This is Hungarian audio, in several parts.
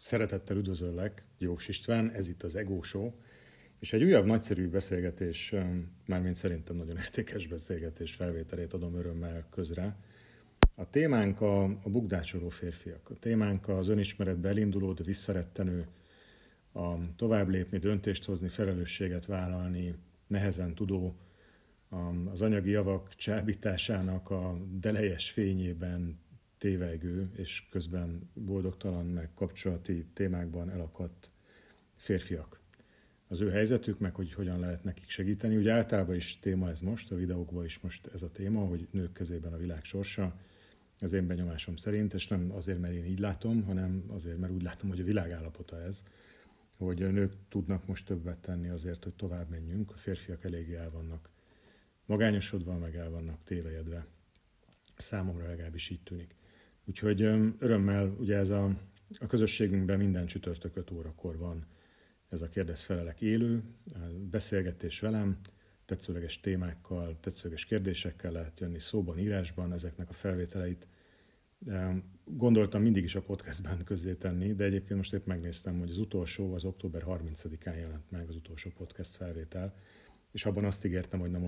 Szeretettel üdvözöllek, Jós István, ez itt az Ego Show, és egy újabb nagyszerű beszélgetés, mármint szerintem nagyon értékes beszélgetés felvételét adom örömmel közre. A témánk a bukdácsoló férfiak, a témánk az önismeretbe elinduló, de visszarettenő, a tovább lépni, döntést hozni, felelősséget vállalni, nehezen tudó, az anyagi javak csábításának a delejes fényében tévegő és közben boldogtalan meg kapcsolati témákban elakadt férfiak. Az ő helyzetük, meg hogy hogyan lehet nekik segíteni. Ugye általában is téma ez most, a videókban is most ez a téma, hogy nők kezében a világ sorsa, az én benyomásom szerint, és nem azért, mert én így látom, hanem azért, mert úgy látom, hogy a világ állapota ez, hogy a nők tudnak most többet tenni azért, hogy tovább menjünk, a férfiak eléggé el vannak magányosodva, meg el vannak tévejedve. Számomra legalábbis így tűnik. Úgyhogy örömmel, ugye ez a közösségünkben minden csütörtök 5 órakor van ez a kérdez-felelek élő, beszélgetés velem, tetszőleges témákkal, tetszőleges kérdésekkel lehet jönni szóban, írásban, ezeknek a felvételeit. Gondoltam mindig is a podcastben közzétenni, de egyébként most épp megnéztem, hogy az utolsó, az október 30-án jelent meg az utolsó podcast felvétel, és abban azt ígértem, hogy na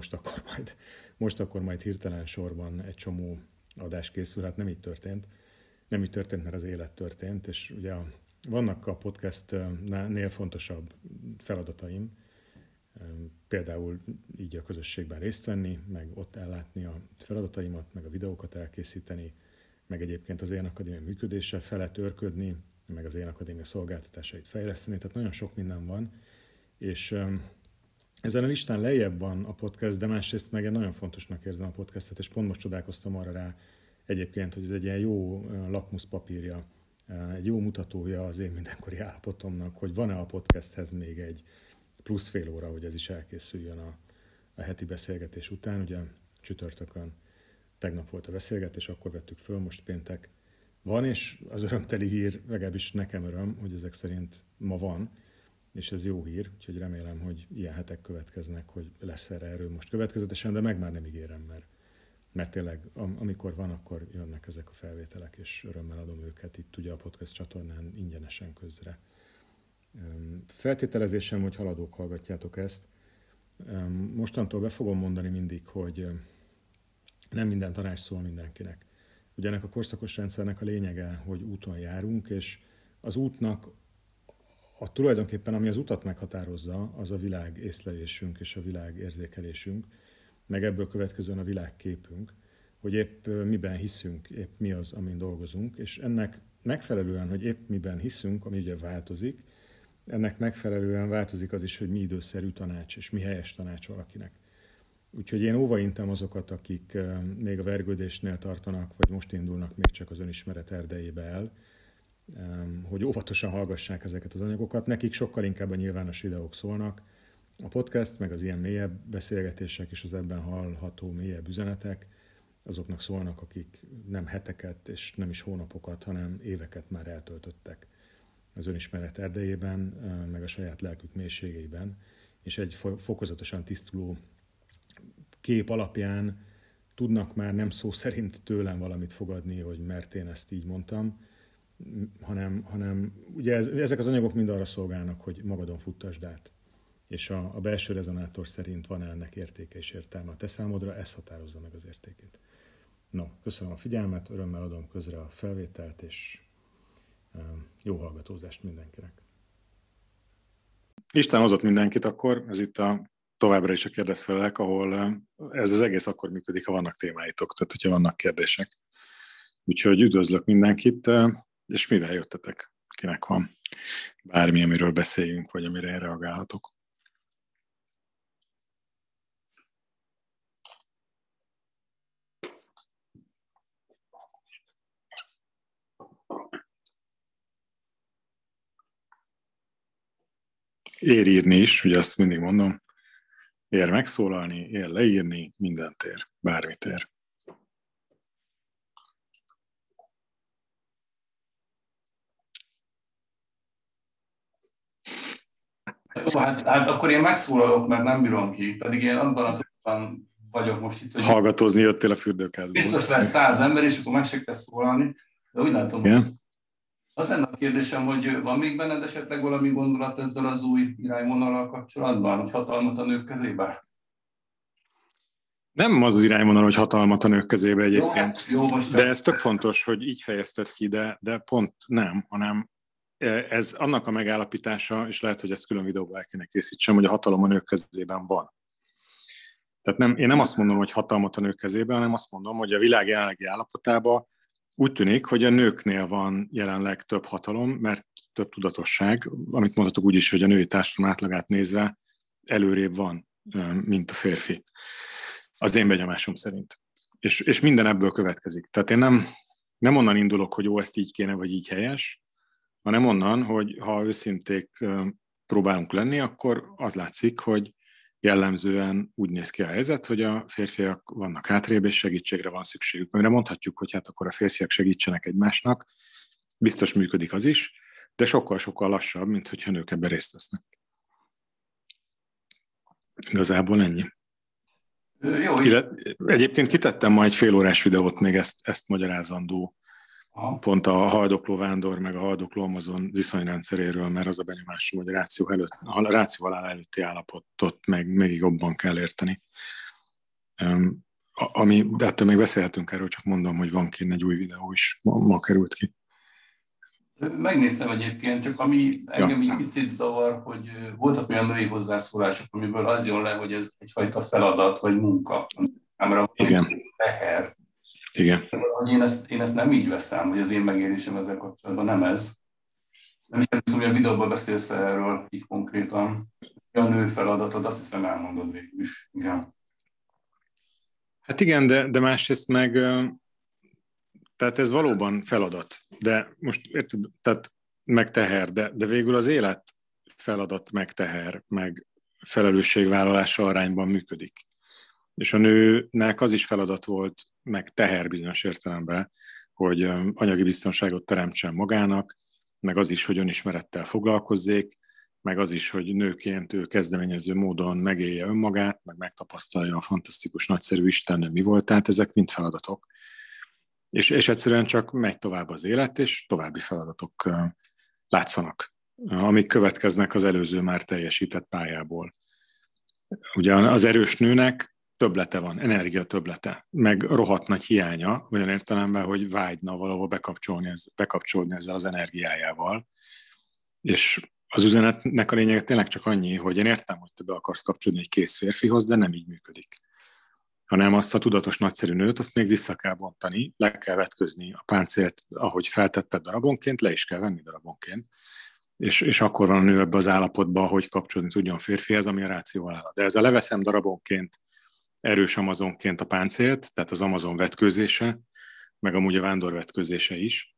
most akkor majd hirtelen sorban egy csomó adás készül, hát nem így történt. Nem így történt, mert az élet történt, és ugye vannak a podcastnél fontosabb feladataim, például így a közösségben részt venni, meg ott ellátni a feladataimat, meg a videókat elkészíteni, meg egyébként az Én Akadémia működése fele törködni, meg az Én Akadémia szolgáltatásait fejleszteni, tehát nagyon sok minden van, és ezen a listán lejjebb van a podcast, de másrészt meg én nagyon fontosnak érzem a podcastet, és pont most csodálkoztam arra rá egyébként, hogy ez egy ilyen jó lakmuszpapírja, egy jó mutatója az én mindenkori állapotomnak, hogy van-e a podcasthez még egy plusz fél óra, hogy ez is elkészüljön a heti beszélgetés után. Ugye csütörtökön tegnap volt a beszélgetés, akkor vettük föl, most péntek van, és az örömteli hír, legalábbis nekem öröm, hogy ezek szerint ma van, és ez jó hír, úgyhogy remélem, hogy ilyen hetek következnek, hogy lesz erről most következetesen, de meg már nem ígérem, mert tényleg amikor van, akkor jönnek ezek a felvételek, és örömmel adom őket itt ugye a podcast csatornán ingyenesen közre. Feltételezésem, hogy haladók hallgatjátok ezt. Mostantól be fogom mondani mindig, hogy nem minden tanács szól mindenkinek. Ugye ennek a korszakos rendszernek a lényege, hogy úton járunk, és az útnak tulajdonképpen, ami az utat meghatározza, az a világ észlelésünk és a világ érzékelésünk, meg ebből következően a világképünk, hogy épp miben hiszünk, épp mi az, amin dolgozunk, és ennek megfelelően, hogy épp miben hiszünk, ami ugye változik, ennek megfelelően változik az is, hogy mi időszerű tanács, és mi helyes tanács valakinek. Úgyhogy én óvaintem azokat, akik még a vergődésnél tartanak, vagy most indulnak még csak az önismeret erdejébe el, hogy óvatosan hallgassák ezeket az anyagokat. Nekik sokkal inkább a nyilvános videók szólnak. A podcast, meg az ilyen mélyebb beszélgetések és az ebben hallható mélyebb üzenetek, azoknak szólnak, akik nem heteket és nem is hónapokat, hanem éveket már eltöltöttek az önismeret erdejében, meg a saját lelkük mélységeiben, és egy fokozatosan tisztuló kép alapján tudnak már nem szó szerint tőlem valamit fogadni, hogy mert én ezt így mondtam, hanem ugye ezek az anyagok mind arra szolgálnak, hogy magadon futtasd át. És a belső rezonátor szerint van ennek értéke és értelme a te számodra, ez határozza meg az értékét. No, köszönöm a figyelmet, örömmel adom közre a felvételt, és jó hallgatózást mindenkinek. Isten hozott mindenkit akkor, ez itt továbbra is a kérdezfelelek, ahol ez az egész akkor működik, ha vannak témáitok, tehát hogyha vannak kérdések. Úgyhogy üdvözlök mindenkit, és mivel jöttetek? Kinek van bármi, amiről beszéljünk, vagy amire én reagálhatok? Ér írni is, ugye azt mindig mondom, ér megszólalni, ér leírni, mindent ér, bármit ér. Jó, hát akkor én megszólalok, mert nem bírom ki, pedig én abban a tudatban vagyok most itt, hogy Hallgatózni jöttél a fürdőkádból. biztos lesz 100 ember, és akkor meg se kell szólalni, de úgy látom, yeah. hogy Az lenne a kérdésem, hogy van még benned esetleg valami gondolat ezzel az új irányvonallal kapcsolatban, hogy hatalmat a nők kezébe? Nem az irányvonal, hogy hatalmat a nők kezébe Jó, egyébként, hát jó, most de csak. ez tök fontos, hogy így fejezted ki, de pont nem, hanem ez annak a megállapítása, és lehet, hogy ezt külön videóban el kéne készítsem, hogy a hatalom a nők kezében van. Tehát én nem azt mondom, hogy hatalmat a nők kezében, hanem azt mondom, hogy a világ jelenlegi állapotában úgy tűnik, hogy a nőknél van jelenleg több hatalom, mert több tudatosság, amit mondhatok úgy is, hogy a női társadalom átlagát nézve előrébb van, mint a férfi. Az én benyomásom szerint. És minden ebből következik. Tehát én nem onnan indulok, hogy ezt így kéne, vagy így helyes, hanem onnan, hogy ha őszinték próbálunk lenni, akkor az látszik, hogy jellemzően úgy néz ki a helyzet, hogy a férfiak vannak hátrébb, és segítségre van szükségük. Amire mondhatjuk, hogy hát akkor a férfiak segítsenek egymásnak, biztos működik az is, de sokkal-sokkal lassabb, mint hogyha nők ebben részt vesznek. Igazából ennyi. Jó, Egyébként kitettem ma egy félórás videót még ezt magyarázandó, pont a haldokló vándor meg a haldokló Amazon viszonyrendszeréről, mert az a benyomásom, hogy a ráció halál előtti állapotot még jobban kell érteni. De ettől még beszélhetünk erről, csak mondom, hogy van kint egy új videó is, ma került ki. megnéztem egyébként, csak ami engem így picit zavar, hogy voltak olyan női hozzászólások, amiből az jön le, hogy ez egyfajta feladat vagy munka. Igen. Teher. Igen. Én ezt nem így veszem, hogy az én megélésem ezzel kapcsolatban nem ez. Nem is tudom, hogy a videóban beszélsz erről így konkrétan. A nő feladatod, azt hiszem elmondod végül is. Igen. Hát igen, de másrészt meg, tehát ez valóban feladat, de most érted, tehát meg teher, de végül az élet feladat, meg teher, meg felelősségvállalása arányban működik. És a nőnek az is feladat volt, meg teher bizonyos értelemben, hogy anyagi biztonságot teremtsen magának, meg az is, hogy önismerettel foglalkozzék, meg az is, hogy nőként ő kezdeményező módon megélje önmagát, meg megtapasztalja a fantasztikus, nagyszerű Istennel mi volt, tehát ezek mind feladatok. És egyszerűen csak megy tovább az élet, és további feladatok látszanak, amik következnek az előző már teljesített pályából. Ugye az erős nőnek többlete van, energia többlete, meg rohadt nagy hiánya, olyan értelemben, hogy vágyna valahol bekapcsolódni ezzel az energiájával. És az üzenetnek a lényege tényleg csak annyi, hogy én értem, hogy te be akarsz kapcsolódni egy kész férfihoz, de nem így működik. Hanem azt a tudatos nagyszerű nőt, azt még vissza kell bontani, le kell vetközni a páncélt, ahogy feltetted darabonként, le is kell venni darabonként. És akkor van a nő ebbe az állapotban, hogy kapcsolódni tudjon férfihez, ami a ráció alá. De ez a leveszem darabonként, erős Amazonként a páncélt, tehát az Amazon vetkőzése, meg amúgy a vándor vetkőzése is,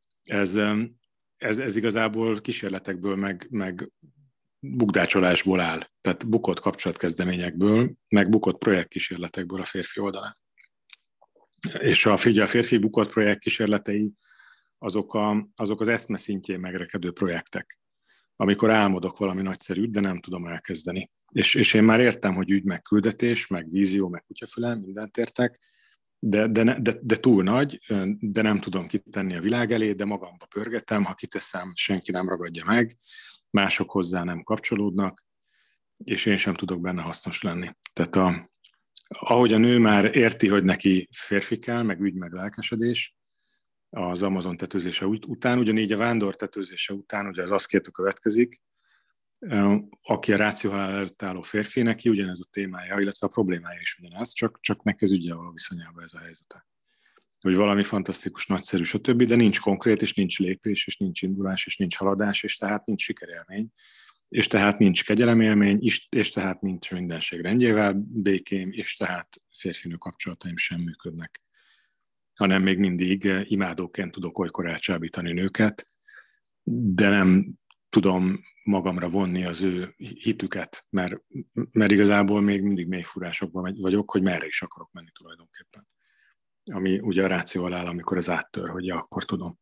ez igazából kísérletekből, meg bukdácsolásból áll. Tehát bukott kapcsolatkezdeményekből, meg bukott projektkísérletekből a férfi oldalán. És a férfi bukott projektkísérletei azok az eszme szintjén megrekedő projektek, amikor álmodok valami nagyszerűt, de nem tudom elkezdeni. És én már értem, hogy ügy, meg küldetés, meg vízió, meg kutyafülem, mindent értek, de túl nagy, de nem tudom kitenni a világ elé, de magamba pörgetem, ha kiteszem, senki nem ragadja meg, mások hozzá nem kapcsolódnak, és én sem tudok benne hasznos lenni. Tehát ahogy a nő már érti, hogy neki férfi kell, meg ügy, meg lelkesedés, az Amazon tetőzése után, ugyanígy a vándor tetőzése után, ugye az aszkéta következik, aki a ráció halál előtt álló férfi, neki ugyanez a témája, illetve a problémája is ugyanez, csak neki az ügyel való viszonyában ez a helyzete. Hogy valami fantasztikus, nagyszerű, stb., de nincs konkrét, és nincs lépés, és nincs indulás, és nincs haladás, és tehát nincs sikerélmény, és tehát nincs kegyelemélmény, és tehát nincs mindenség rendjével békém, és tehát férfinő kapcsolataim sem működnek, hanem még mindig imádóként tudok olykor elcsábítani nőket, de nem tudom magamra vonni az ő hitüket, mert igazából még mindig mélyfúrásokban vagyok, hogy merre is akarok menni tulajdonképpen. Ami ugye a ráció alá áll, amikor ez áttör, hogy ja, akkor tudom.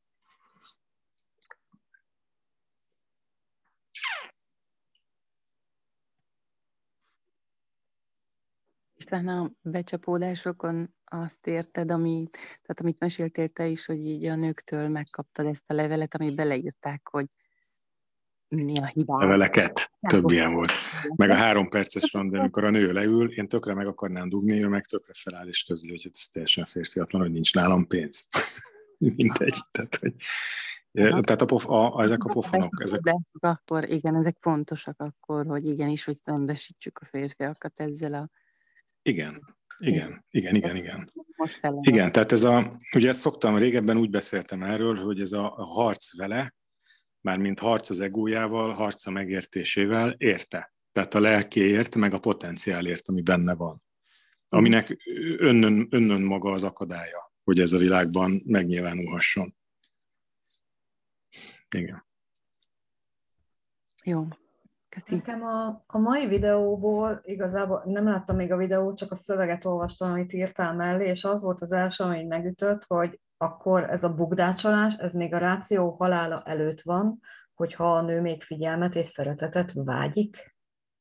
István, a becsapódásokon azt érted, tehát amit meséltél te is, hogy így a nőktől megkaptad ezt a levelet, ami beleírták, hogy mi a hibád. Leveleket, több ilyen volt. Meg a 3 perces randi, amikor a nő leül, én tökre meg akarnám dugni, ő meg tökre feláll és közli, hogy ez teljesen férfiatlan, hogy nincs nálam pénz. Mindegy. Tehát ezek a pofonok. Akkor igen, ezek fontosak akkor, hogy igenis, hogy szembesítsük a férfiakat ezzel a... Igen. Igen, tehát ugye ezt szoktam, régebben úgy beszéltem erről, hogy ez a harc vele, mármint harc az egójával, harc a megértésével érte. Tehát a lelkéért, meg a potenciálért, ami benne van. Aminek önnön maga az akadálya, hogy ez a világban megnyilvánulhasson. Igen. Jó. Nekem a mai videóból igazából nem láttam még a videót, csak a szöveget olvastam, amit írtál mellé, és az volt az első, ami megütött, hogy akkor ez a bukdácsolás, ez még a ráció halála előtt van, hogyha a nő még figyelmet és szeretetet vágyik?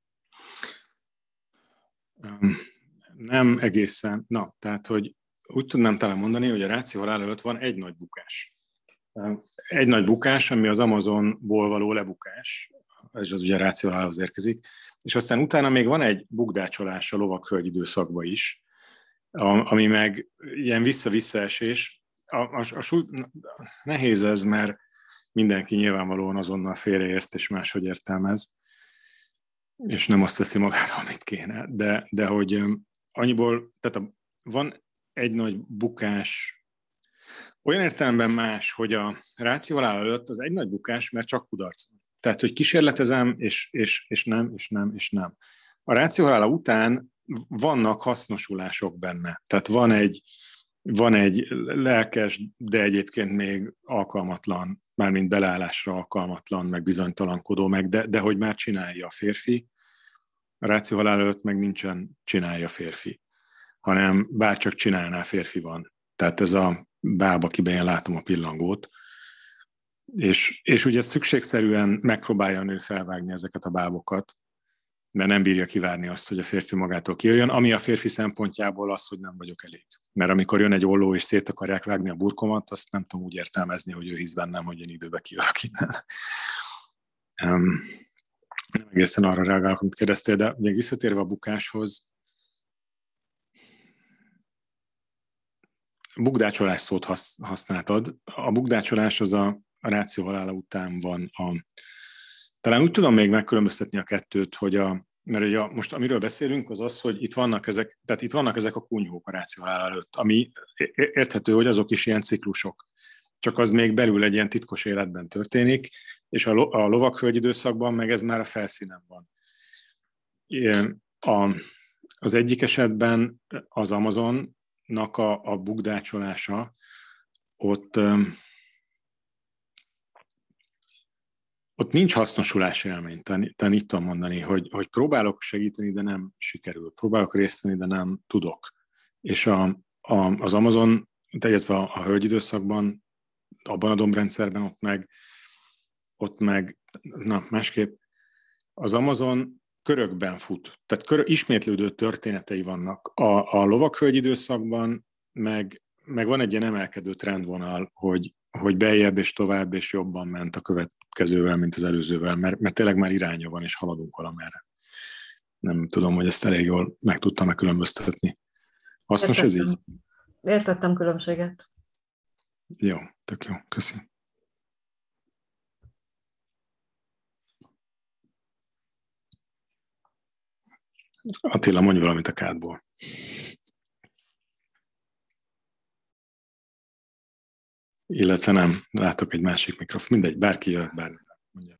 Nem egészen. Tehát, hogy úgy tudnám talán mondani, hogy a ráció halála előtt van egy nagy bukás. Egy nagy bukás, ami az Amazonból való lebukás, ez az ugye a ráció halálához érkezik, és aztán utána még van egy bukdácsolás a lovakhölgy időszakban is, ami meg ilyen vissza-visszaesés. Nehéz ez, mert mindenki nyilvánvalóan azonnal félreért és máshogy értelmez, és nem azt veszi magára, amit kéne. De hogy annyiból, tehát van egy nagy bukás, olyan értelemben más, hogy a ráció halála előtt az egy nagy bukás, mert csak kudarc. Tehát, hogy kísérletezem, és nem. A ráció halála után vannak hasznosulások benne. Tehát van egy lelkes, de egyébként még alkalmatlan, mármint beleállásra alkalmatlan, meg bizonytalankodó, de hogy már csinálja a férfi. A ráció halála előtt meg nincsen csinálja a férfi, hanem bárcsak csinálná, férfi van. Tehát ez a báb, akiben én látom a pillangót. És ugye szükségszerűen megpróbálja a nő felvágni ezeket a bábokat, mert nem bírja kivárni azt, hogy a férfi magától kijöjjön, ami a férfi szempontjából az, hogy nem vagyok elég. Mert amikor jön egy olló és szét akarják vágni a burkomat, azt nem tudom úgy értelmezni, hogy ő hisz bennem, hogy én időbe kijövök innen. Nem egészen arra reagálok, amit kérdeztél, de még visszatérve a bukáshoz, bukdácsolás szót használtad. A bukdácsolás az a ráció halála után van. Talán úgy tudom még megkülönböztetni a kettőt, hogy mert ugye most amiről beszélünk, az az, hogy itt vannak ezek a kunyhók a ráció halála előtt, ami érthető, hogy azok is ilyen ciklusok. Csak az még belül egy ilyen titkos életben történik, és a lovakhölgy időszakban meg ez már a felszínen van. Az egyik esetben az Amazonnak a bukdácsolása, ott nincs hasznosulási élmény, talán itt tudom mondani, hogy próbálok segíteni, de nem sikerül. Próbálok részt venni, de nem tudok. És az Amazon, illetve a hölgy időszakban, abban a dombrendszerben ott meg másképp, az Amazon körökben fut. Tehát ismétlődő történetei vannak. A lovakhölgy időszakban meg van egy ilyen emelkedő trendvonal, hogy beljebb és tovább és jobban ment a következővel, mint az előzővel, mert tényleg már iránya van, és haladunk valamerre. Nem tudom, hogy ezt elég jól meg tudtam-e különböztetni. Hasznos ez így? Értettem különbséget. Jó, tök jó, köszi. Attila, mondj valamit a kádból. Illetve nem, látok egy másik mikrofon. Mindegy, bárki jön, bármi. Mondja.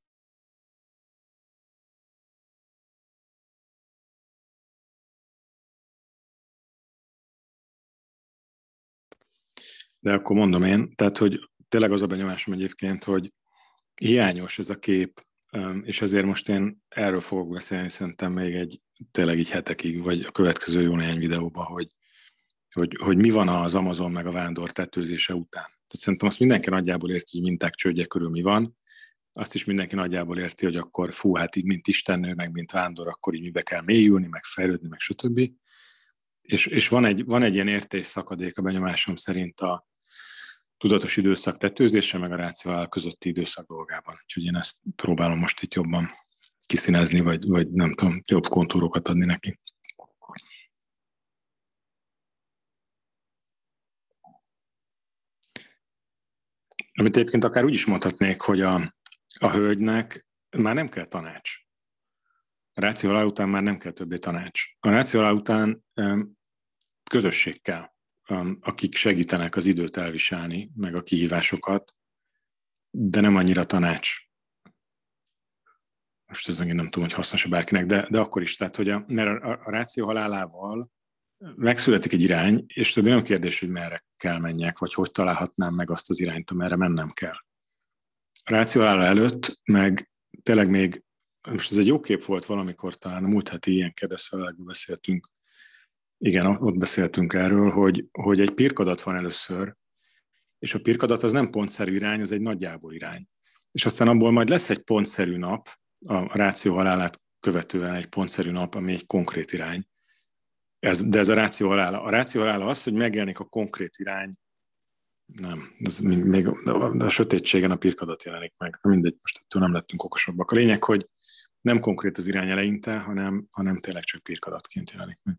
De akkor mondom én, tehát, hogy tényleg az a benyomásom egyébként, hogy hiányos ez a kép, és ezért most én erről fogok beszélni szerintem még tényleg így hetekig, vagy a következő jó néhány videóban, hogy mi van az Amazon meg a vándor tetőzése után. Tehát szerintem azt mindenki nagyjából érti, hogy minták csődje körül mi van. Azt is mindenki nagyjából érti, hogy akkor hát így mint istennő, meg mint vándor, akkor így mibe kell mélyülni, meg fejlődni, meg stb. és van egy ilyen értésszakadék a benyomásom szerint a tudatos időszak tetőzése, meg a rációhalál közötti időszak dolgában. Úgyhogy én ezt próbálom most itt jobban kiszínezni, vagy nem tudom, jobb kontúrokat adni neki. Amit egyébként akár úgy is mondhatnék, hogy a hölgynek már nem kell tanács. A rációhalál után már nem kell többé tanács. A rációhalál után közösség kell, akik segítenek az időt elviselni, meg a kihívásokat, de nem annyira tanács. Most ez megint nem tudom, hogy hasznos-e bárkinek, de akkor is. Tehát, hogy mert a ráció halálával megszületik egy irány, és többé nem kérdés, hogy merre kell menjek, vagy hogy találhatnám meg azt az irányt, amerre mennem kell. A ráció halála előtt meg tényleg még, most ez egy jó kép volt valamikor, talán a múlt heti ilyen kedvesfelelekben beszéltünk. Igen, ott beszéltünk erről, hogy egy pirkadat van először, és a pirkadat az nem pontszerű irány, az egy nagyjából irány. És aztán abból majd lesz egy pontszerű nap, a ráció halálát követően egy pontszerű nap, ami egy konkrét irány. De ez a ráció halála. A ráció halála az, hogy megjelenik a konkrét irány, nem, ez még a sötétségen a pirkadat jelenik meg. Mindegy, most ettől nem lettünk okosabbak. A lényeg, hogy nem konkrét az irány eleinte, hanem tényleg csak pirkadatként jelenik meg.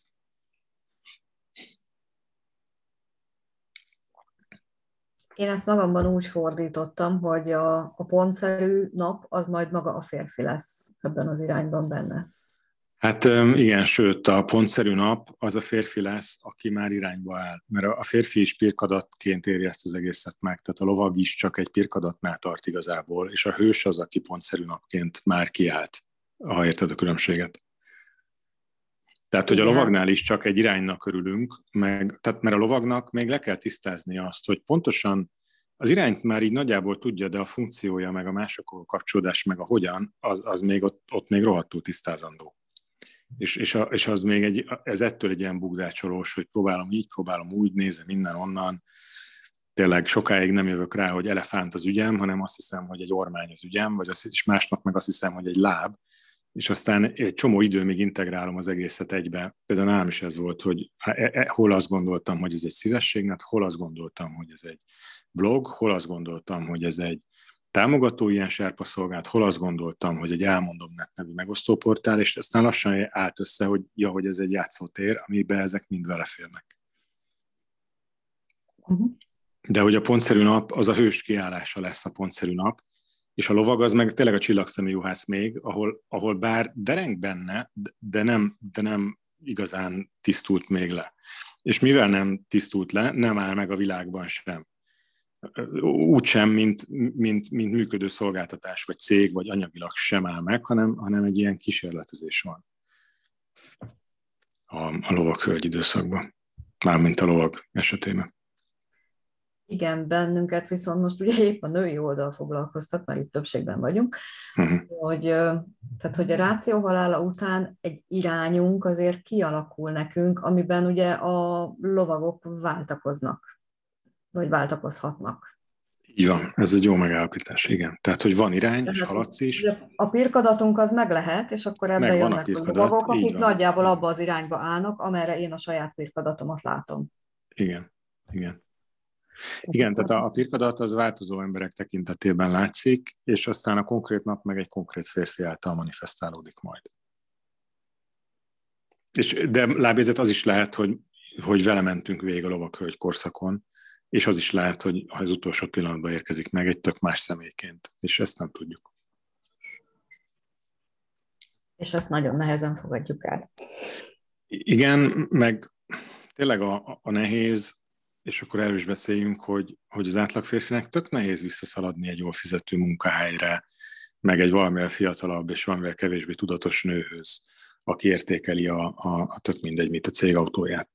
Én ezt magamban úgy fordítottam, hogy a pontszerű nap az majd maga a férfi lesz ebben az irányban benne. Hát igen, sőt, a pontszerű nap az a férfi lesz, aki már irányba áll. Mert a férfi is pirkadatként éri ezt az egészet meg, tehát a lovag is csak egy pirkadatnál tart igazából, és a hős az, aki pontszerű napként már kiállt, ha érted a különbséget. Tehát, hogy a lovagnál is csak egy iránynak örülünk, mert a lovagnak még le kell tisztázni azt, hogy pontosan az irányt már így nagyjából tudja, de a funkciója, meg a másokkal kapcsolódás, meg a hogyan, az még ott még rohadtul tisztázandó. És az még ez ettől egy ilyen bugdácsolós, hogy próbálom így, próbálom úgy, nézem innen, onnan. Tényleg sokáig nem jövök rá, hogy elefánt az ügyem, hanem azt hiszem, hogy egy ormány az ügyem, vagy azt is másnap meg azt hiszem, hogy egy láb, és aztán egy csomó idő még integrálom az egészet egybe. Például nálam is ez volt, hogy hol azt gondoltam, hogy ez egy szívességnet, hol azt gondoltam, hogy ez egy blog, hol azt gondoltam, hogy ez egy támogató ilyen serpa szolgált, hol azt gondoltam, hogy egy Elmondom.net nevű megosztóportál, és aztán lassan állt össze, hogy ez egy játszótér, amiben ezek mind beleférnek. De hogy a pontszerű nap, az a hős kiállása lesz a pontszerű nap, és a lovag az meg tényleg a csillagszemű juhász még, ahol bár dereng benne, de nem igazán tisztult még le. És mivel nem tisztult le, nem áll meg a világban sem. Úgy sem, mint működő szolgáltatás, vagy cég, vagy anyagilag sem áll meg, hanem egy ilyen kísérletezés van a lovag-hölgy időszakban. Mármint a lovag esetében. Igen, bennünket viszont most ugye épp a női oldal foglalkoztat, mert itt többségben vagyunk, hogy a ráció halála után egy irányunk azért kialakul nekünk, amiben ugye a lovagok váltakoznak, vagy váltakozhatnak. Így van, ez egy jó megállapítás, igen. Tehát, hogy van irány, és haladsz is. A pirkadatunk az meg lehet, és akkor ebben jönnek a lovagok, akik nagyjából abba az irányba állnak, amerre én a saját pirkadatomat látom. Igen. Igen, tehát a pirkadat az változó emberek tekintetében látszik, és aztán a konkrét nap meg egy konkrét férfi által manifestálódik majd. De lábjegyzet az is lehet, hogy vele mentünk végig a lovaghölgy korszakon, és az is lehet, hogy az utolsó pillanatban érkezik meg egy tök más személyként, és ezt nem tudjuk. És ezt nagyon nehezen fogadjuk el. Igen, meg tényleg a nehéz, és akkor erről is beszéljünk, hogy az átlag férfinek tök nehéz visszaszaladni egy jól fizető munkahelyre, meg egy valamivel fiatalabb és valamivel kevésbé tudatos nőhöz, aki értékeli a tök mindegy, mint a cégautóját.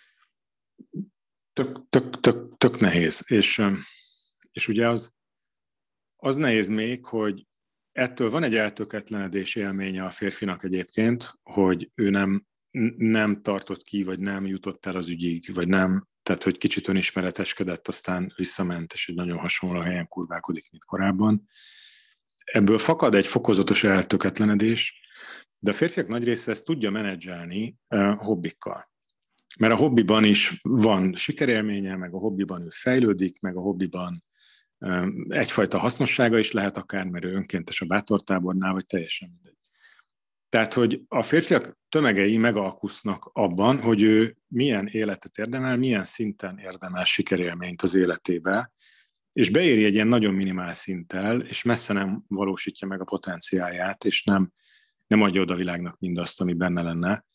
Tök nehéz. És ugye az nehéz még, hogy ettől van egy eltöketlenedés élménye a férfinak egyébként, hogy ő nem tartott ki, vagy nem jutott el az ügyig, vagy nem, tehát hogy kicsit önismereteskedett, aztán visszament, és egy nagyon hasonló helyen kurválkodik, mint korábban. Ebből fakad egy fokozatos eltöketlenedés, de a férfiak nagy része ezt tudja menedzselni hobbikkal. Mert a hobbiban is van sikerélménye, meg a hobbiban ő fejlődik, meg a hobbiban egyfajta hasznossága is lehet akár, mert ő önkéntes a bátortábornál, vagy teljesen mindegy. Tehát, hogy a férfiak tömegei megalkusznak abban, hogy ő milyen életet érdemel, milyen szinten érdemel sikerélményt az életébe, és beéri egy ilyen nagyon minimál szinttel, és messze nem valósítja meg a potenciálját, és nem adja oda a világnak mindazt, ami benne lenne.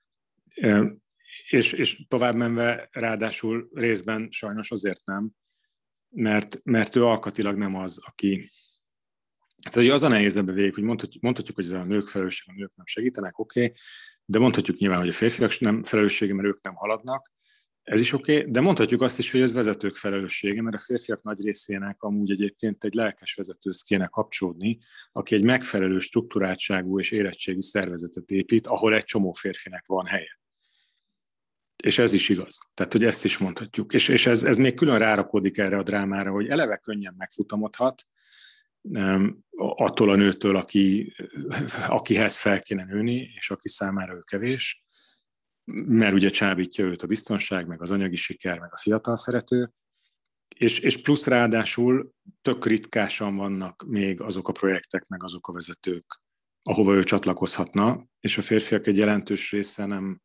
És tovább menve ráadásul részben sajnos azért nem, mert ő alkatilag nem az, aki... Tehát az a nehéz ebbe végig, hogy mondhatjuk, hogy ez a nők felelősség, a nők nem segítenek, oké, de mondhatjuk nyilván, hogy a férfiak nem felelőssége, mert ők nem haladnak, ez is oké, de mondhatjuk azt is, hogy ez vezetők felelőssége, mert a férfiak nagy részének amúgy egyébként egy lelkes vezetőhöz kéne kapcsolódni, aki egy megfelelő struktúráltságú és érettségű szervezetet épít, ahol egy csomó férfinek van helye. És ez is igaz. Tehát, hogy ezt is mondhatjuk. És ez még külön rárakódik erre a drámára, hogy eleve könnyen megfutamodhat attól a nőtől, akihez fel kéne nőni, és aki számára ő kevés, mert ugye csábítja őt a biztonság, meg az anyagi siker, meg a fiatal szerető, és plusz ráadásul tök ritkásan vannak még azok a projektek, meg azok a vezetők, ahova ő csatlakozhatna, és a férfiak egy jelentős része nem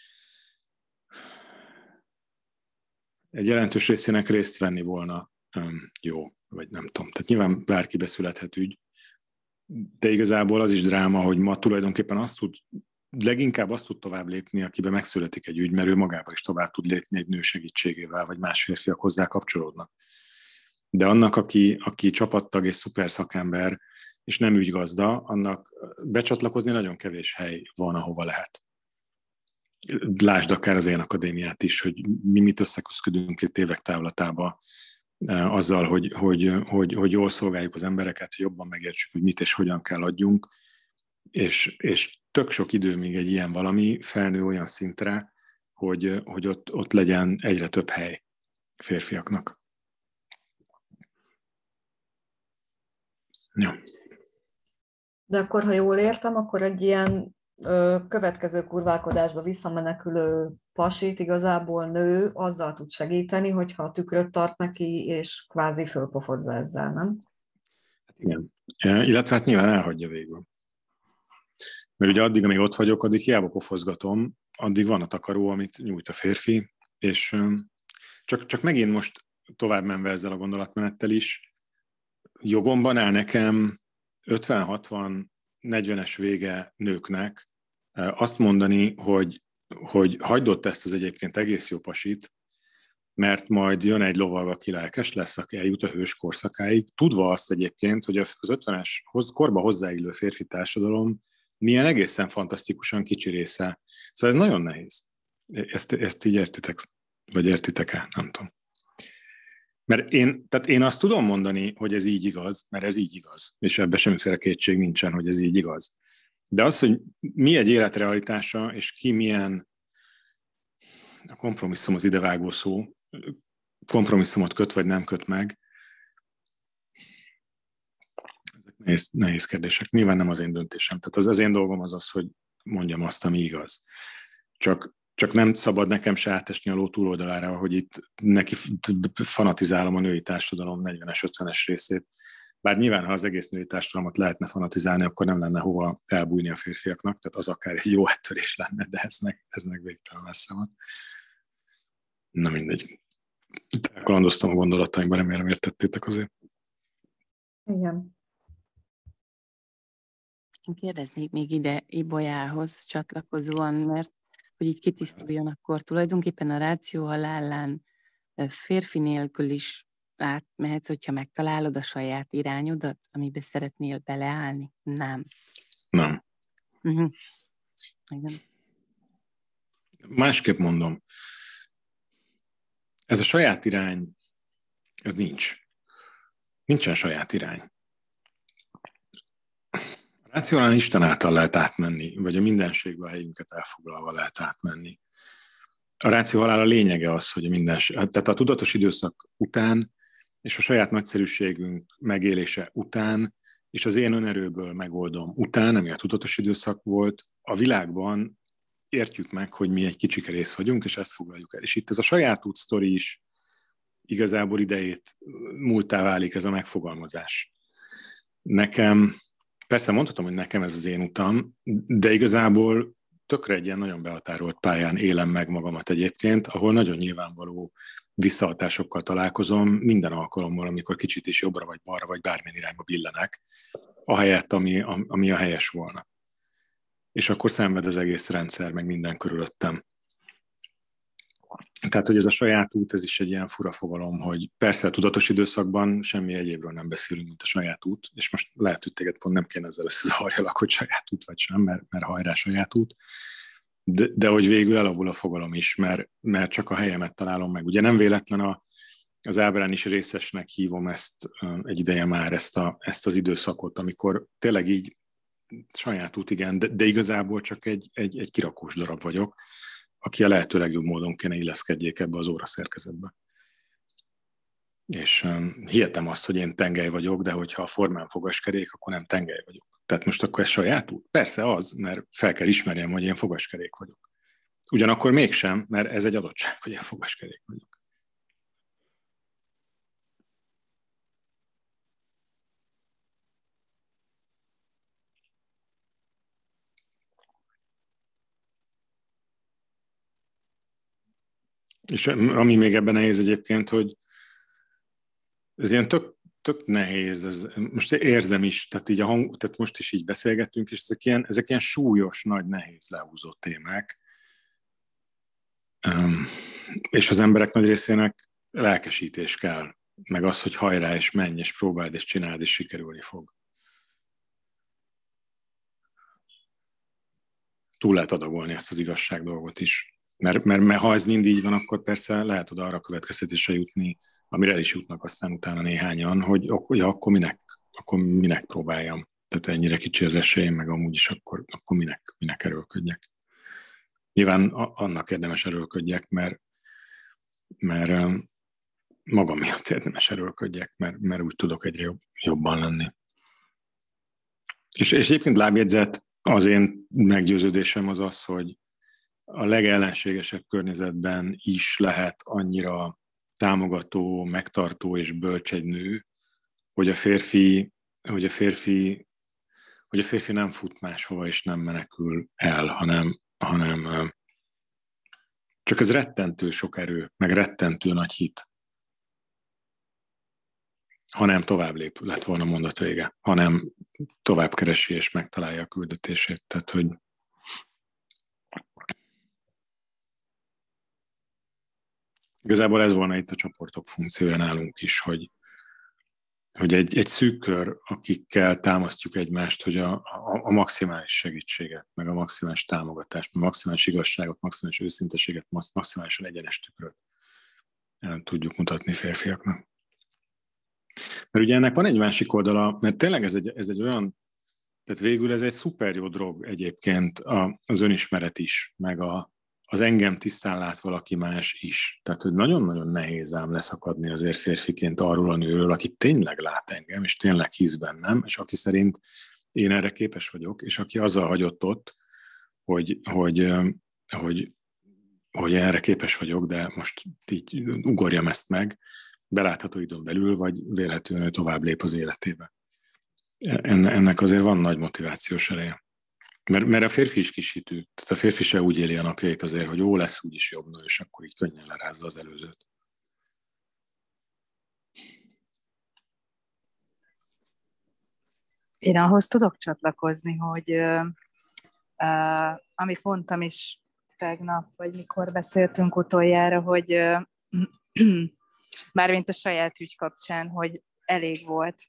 egy jelentős részének részt venni volna jó, vagy nem tudom. Tehát nyilván bárkibe születhet ügy, de igazából az is dráma, hogy ma tulajdonképpen leginkább azt tud tovább lépni, akiben megszületik egy ügy, mert ő magában is tovább tud lépni egy nő segítségével, vagy más férfiak hozzá kapcsolódnak. De annak, aki csapattag és szuper szakember, és nem ügygazda, annak becsatlakozni nagyon kevés hely van, ahova lehet. Lásd akár az én akadémiát is, hogy mi mit összeköszködünk itt évek távlatába azzal, hogy jól szolgáljuk az embereket, hogy jobban megértsük, hogy mit és hogyan kell adjunk, és tök sok idő még egy ilyen valami felnő olyan szintre, hogy ott legyen egyre több hely férfiaknak. Ja. De akkor, ha jól értem, akkor egy ilyen következő kurválkodásba visszamenekülő pasit igazából nő azzal tud segíteni, hogyha a tükröt tart neki, és kvázi fölpofozza ezzel, nem? Igen. Illetve hát nyilván elhagyja végül. Mert ugye addig, amíg ott vagyok, addig hiába pofozgatom, addig van a takaró, amit nyújt a férfi, és csak megint most tovább menve ezzel a gondolatmenettel is, jogomban áll nekem 50-60-40-es vége nőknek azt mondani, hogy hagyd ott ezt az egyébként egész jó pasit, mert majd jön egy lovalva, aki lelkes lesz, aki eljut a hős korszakáig, tudva azt egyébként, hogy az 50-es korba hozzáillő férfi társadalom milyen egészen fantasztikusan kicsi része. Szóval ez nagyon nehéz. Ezt így értitek? Vagy értitek-e? Nem tudom. Mert én azt tudom mondani, hogy ez így igaz, mert ez így igaz, és ebben semmiféle kétség nincsen, hogy ez így igaz. De az, hogy mi egy életrealitása, és ki milyen, a kompromisszum az idevágó szó, kompromisszumot köt, vagy nem köt meg, ezek nehéz kérdések. Nyilván nem az én döntésem. Tehát az én dolgom az, hogy mondjam azt, ami igaz. Csak nem szabad nekem se átesni a ló túloldalára, hogy itt neki fanatizálom a női társadalom 40-es, 50-es részét. Bár nyilván, ha az egész női társadalmat lehetne fanatizálni, akkor nem lenne hova elbújni a férfiaknak, tehát az akár egy jó áttörés lenne, de ez meg végtelen messze van. Na mindegy. Itt elkalandoztam a gondolataimban, remélem értettétek azért. Igen. Kérdeznék még ide Ibolyához csatlakozóan, mert hogy így kitisztuljon, akkor tulajdonképpen a ráció halálán férfi nélkül is átmehetsz, hogyha megtalálod a saját irányodat, amiben szeretnél beleállni? Nem. Nem. Uh-huh. Igen. Másképp mondom. Ez a saját irány, ez nincs. Nincsen saját irány. A rációnál Isten által lehet átmenni, vagy a mindenségbe a helyünket elfoglalva lehet átmenni. A ráció halála lényege az, hogy a mindenség, tehát a tudatos időszak után, és a saját nagyszerűségünk megélése után, és az én önerőből megoldom után, ami a tudatos időszak volt, a világban értjük meg, hogy mi egy kicsike rész vagyunk, és ezt foglaljuk el. És itt ez a saját út sztori is igazából idejét múltá válik, ez a megfogalmazás. Nekem, persze mondhatom, hogy nekem ez az én utam, de igazából tökre egy ilyen nagyon behatárolt pályán élem meg magamat egyébként, ahol nagyon nyilvánvaló visszahatásokkal találkozom minden alkalommal, amikor kicsit is jobbra vagy balra, vagy bármilyen irányba billenek, ahelyett, ami a helyes volna. És akkor szenved az egész rendszer, meg minden körülöttem. Tehát, hogy ez a saját út, ez is egy ilyen fura fogalom, hogy persze a tudatos időszakban semmi egyébről nem beszélünk, mint a saját út, és most lehet, hogy téged pont nem kéne ezzel összezavarjalak, hogy saját út vagy sem, mert hajrá saját út, de hogy végül elavul a fogalom is, mert csak a helyemet találom meg. Ugye nem véletlen az ábrán is részesnek hívom ezt egy ideje már, ezt az időszakot, amikor tényleg így saját út, igen, de igazából csak egy kirakós darab vagyok, aki a lehető legjobb módon kéne illeszkedjék ebbe az óraszerkezetbe. És hihetem azt, hogy én tengely vagyok, de hogyha a formán fogaskerék, akkor nem tengely vagyok. Tehát most akkor ez saját út? Persze az, mert fel kell ismerjem, hogy én fogaskerék vagyok. Ugyanakkor mégsem, mert ez egy adottság, hogy én fogaskerék vagyok. És ami még ebben nehéz egyébként, hogy ez ilyen tök nehéz, most érzem is, tehát így tehát most is így beszélgetünk, és ezek ilyen súlyos, nagy, nehéz lehúzó témák. És az emberek nagy részének lelkesítés kell, meg az, hogy hajrá, és menj, és próbáld, és csináld, és sikerülni fog. Túl lehet adagolni ezt az igazság dolgot is. Mert ha ez mind így van, akkor persze lehet oda arra következtetésre jutni, amire el is jutnak aztán utána néhányan, hogy akkor minek próbáljam. Tehát ennyire kicsi az esélyem, meg amúgy is akkor minek erőlködjek. Nyilván annak érdemes erőlködjek, mert magam miatt érdemes erőlködjek, mert úgy tudok egyre jobban lenni. És egyébként lábjegyzet, az én meggyőződésem az, hogy a legellenségesebb környezetben is lehet annyira támogató, megtartó és bölcs egy nő, hogy a férfi nem fut máshova és nem menekül el, hanem csak ez rettentő sok erő, meg rettentő nagy hit. hanem tovább lép, lett volna mondat vége, hanem tovább keresi és megtalálja a küldetését. Tehát, hogy igazából ez volna itt a csoportok funkciója nálunk is, hogy egy szűk kör, akikkel támasztjuk egymást, hogy a maximális segítséget, meg a maximális támogatást, a maximális igazságot, maximális őszinteséget, maximálisan egyenes tükröt tudjuk mutatni férfiaknak. Mert ugye ennek van egy másik oldala, mert tényleg ez egy olyan, tehát végül ez egy szuper jó drog egyébként az önismeret is, meg az engem tisztán lát valaki más is. Tehát, hogy nagyon-nagyon nehéz ám leszakadni azért férfiként arról a nőről, aki tényleg lát engem, és tényleg hisz bennem, és aki szerint én erre képes vagyok, és aki azzal hagyott ott, hogy erre képes vagyok, de most így ugorjam ezt meg, belátható időn belül, vagy vélhetően tovább lép az életébe. Ennek azért van nagy motivációs ereje. Mert a férfi is kis hitű. Tehát a férfi se úgy éli a napjait azért, hogy jó lesz úgyis jobb nő, és akkor így könnyen lerázza az előzőt. Én ahhoz tudok csatlakozni, hogy amit mondtam is tegnap, vagy mikor beszéltünk utoljára, hogy mármint a saját ügy kapcsán, hogy elég volt.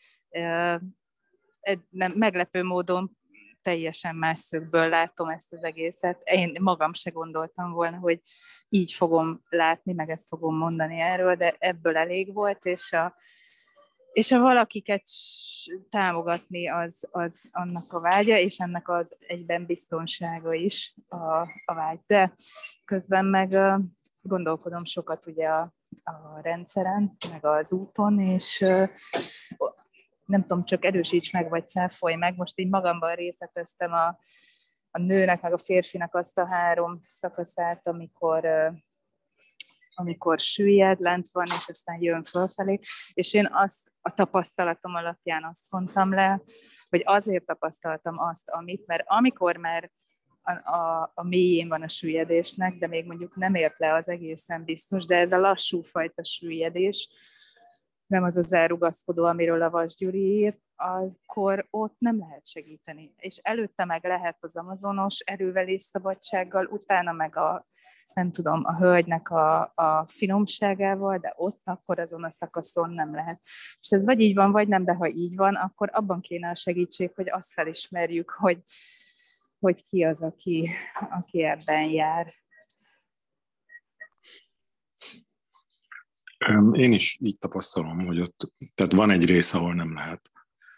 Meglepő módon teljesen más szögből látom ezt az egészet. Én magam se gondoltam volna, hogy így fogom látni, meg ezt fogom mondani erről, de ebből elég volt, és a valakiket támogatni az annak a vágya, és ennek az egyben biztonsága is a vágy. De közben meg gondolkodom sokat ugye a rendszeren, meg az úton, és nem tudom, csak erősíts meg, vagy cáfolj meg. Most így magamban részleteztem a nőnek, meg a férfinak azt a 3 szakaszát, amikor süllyed, lent van, és aztán jön fölfelé. És én a tapasztalatom alapján azt mondtam le, hogy azért tapasztaltam azt, mert amikor már a mélyén van a süllyedésnek, de még mondjuk nem ért le az egészen biztos, de ez a lassú fajta süllyedés, nem az az elrugaszkodó, amiről a Vas Gyuri írt, akkor ott nem lehet segíteni. És előtte meg lehet az amazonos erővel és szabadsággal, utána meg a hölgynek a finomságával, de ott akkor azon a szakaszon nem lehet. És ez vagy így van, vagy nem, de ha így van, akkor abban kéne a segítség, hogy azt felismerjük, hogy ki az, aki ebben jár. Én is így tapasztalom, hogy ott, tehát van egy rész, ahol nem lehet.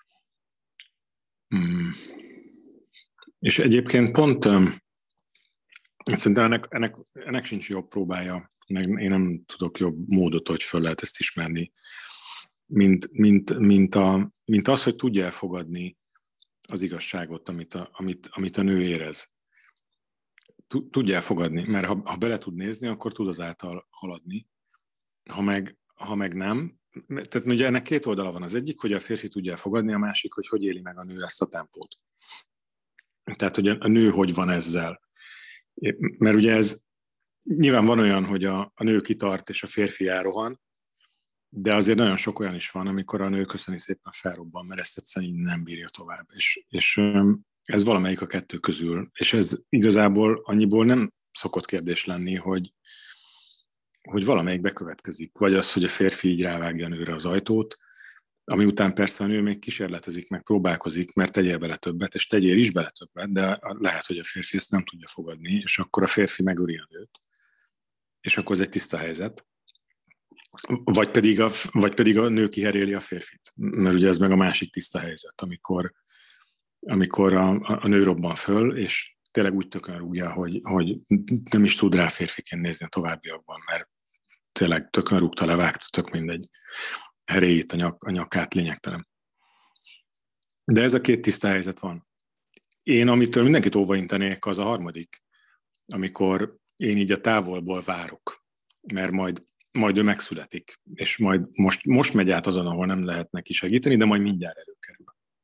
És egyébként pont szerintem ennek sincs jobb próbája, én nem tudok jobb módot, hogy föl lehet ezt ismerni, mint az, hogy tudja elfogadni az igazságot, amit a nő érez. Tudja elfogadni, mert ha bele tud nézni, akkor tud azáltal haladni. Ha meg nem, tehát ugye ennek 2 oldala van. Az egyik, hogy a férfi tudja elfogadni, a másik, hogy éli meg a nő ezt a tempót. Tehát, hogy a nő hogy van ezzel. Mert ugye ez nyilván van olyan, hogy a nő kitart és a férfi elrohan, de azért nagyon sok olyan is van, amikor a nő köszöni szépen felrobban, mert ezt egyszerűen nem bírja tovább. És ez valamelyik a 2 közül. És ez igazából annyiból nem szokott kérdés lenni, hogy valamelyik bekövetkezik. Vagy az, hogy a férfi így rávágja a nőre az ajtót, ami után persze a nő még kísérletezik, meg próbálkozik, mert tegyél bele többet, és tegyél is bele többet, de lehet, hogy a férfi ezt nem tudja fogadni, és akkor a férfi megöli a nőt. És akkor ez egy tiszta helyzet. Vagy pedig a nő kiheréli a férfit. Mert ugye ez meg a másik tiszta helyzet, amikor a nő robban föl, és tényleg úgy tökön rúgja, hogy nem is tud rá férfiként nézni a továbbiakban, mert tényleg tökön rúgta, levágta, tök mindegy. Heréjét a nyakát, lényegtelen. De ez a 2 tiszta helyzet van. Én, amitől mindenkit óvaintenék, az a harmadik, amikor én így a távolból várok, mert majd ő megszületik, és majd most megy át azon, ahol nem lehet neki segíteni, de majd mindjárt előkerül.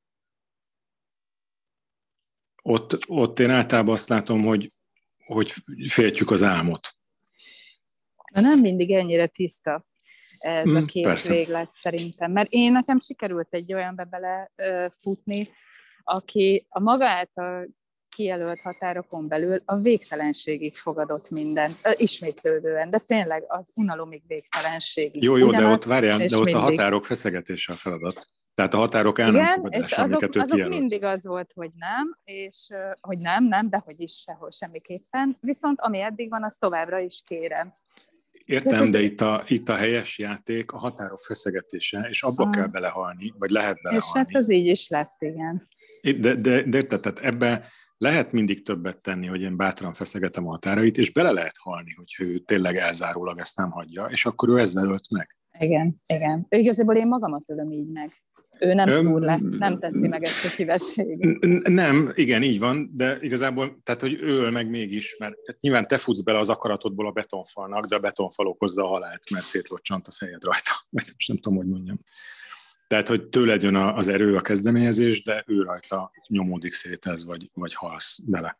Ott én általában azt látom, hogy féltjük az álmot. De nem mindig ennyire tiszta ez a 2 persze. véglet szerintem. Mert nekem sikerült egy olyanba belefutni, aki a maga által kijelölt határokon belül a végtelenségig fogadott mindent, ismétlődően, de tényleg az unalomig végtelenségig. Jó, de ott várjál, de ott a határok feszegetése a feladat. Tehát a határok el nem fogadása, amiket ő kijelölt. Azok mindig az volt, hogy nem, és hogy nem, de hogy is sehol semmiképpen. Viszont ami eddig van, az továbbra is kérem. Értem, de itt a helyes játék a határok feszegetése, és abba kell belehalni, vagy lehet belehalni. És hát az így is lett, igen. De tehát ebbe lehet mindig többet tenni, hogy én bátran feszegetem a határait, és bele lehet halni, hogyha ő tényleg elzárólag ezt nem hagyja, és akkor ő ezzel ölt meg. Igen. Igazából én magamat ölöm így meg. Ő nem szúr le, nem teszi meg ezt a szívességet. Nem, igen, így van, de igazából, tehát, hogy ő öl meg mégis, mert tehát nyilván te futsz bele az akaratodból a betonfalnak, de a betonfal okozza a halált, mert szétlocsant a fejed rajta. Most nem tudom, hogy mondjam. Tehát, hogy tőled jön az erő, a kezdeményezés, de ő rajta nyomódik szét ez, vagy halsz bele.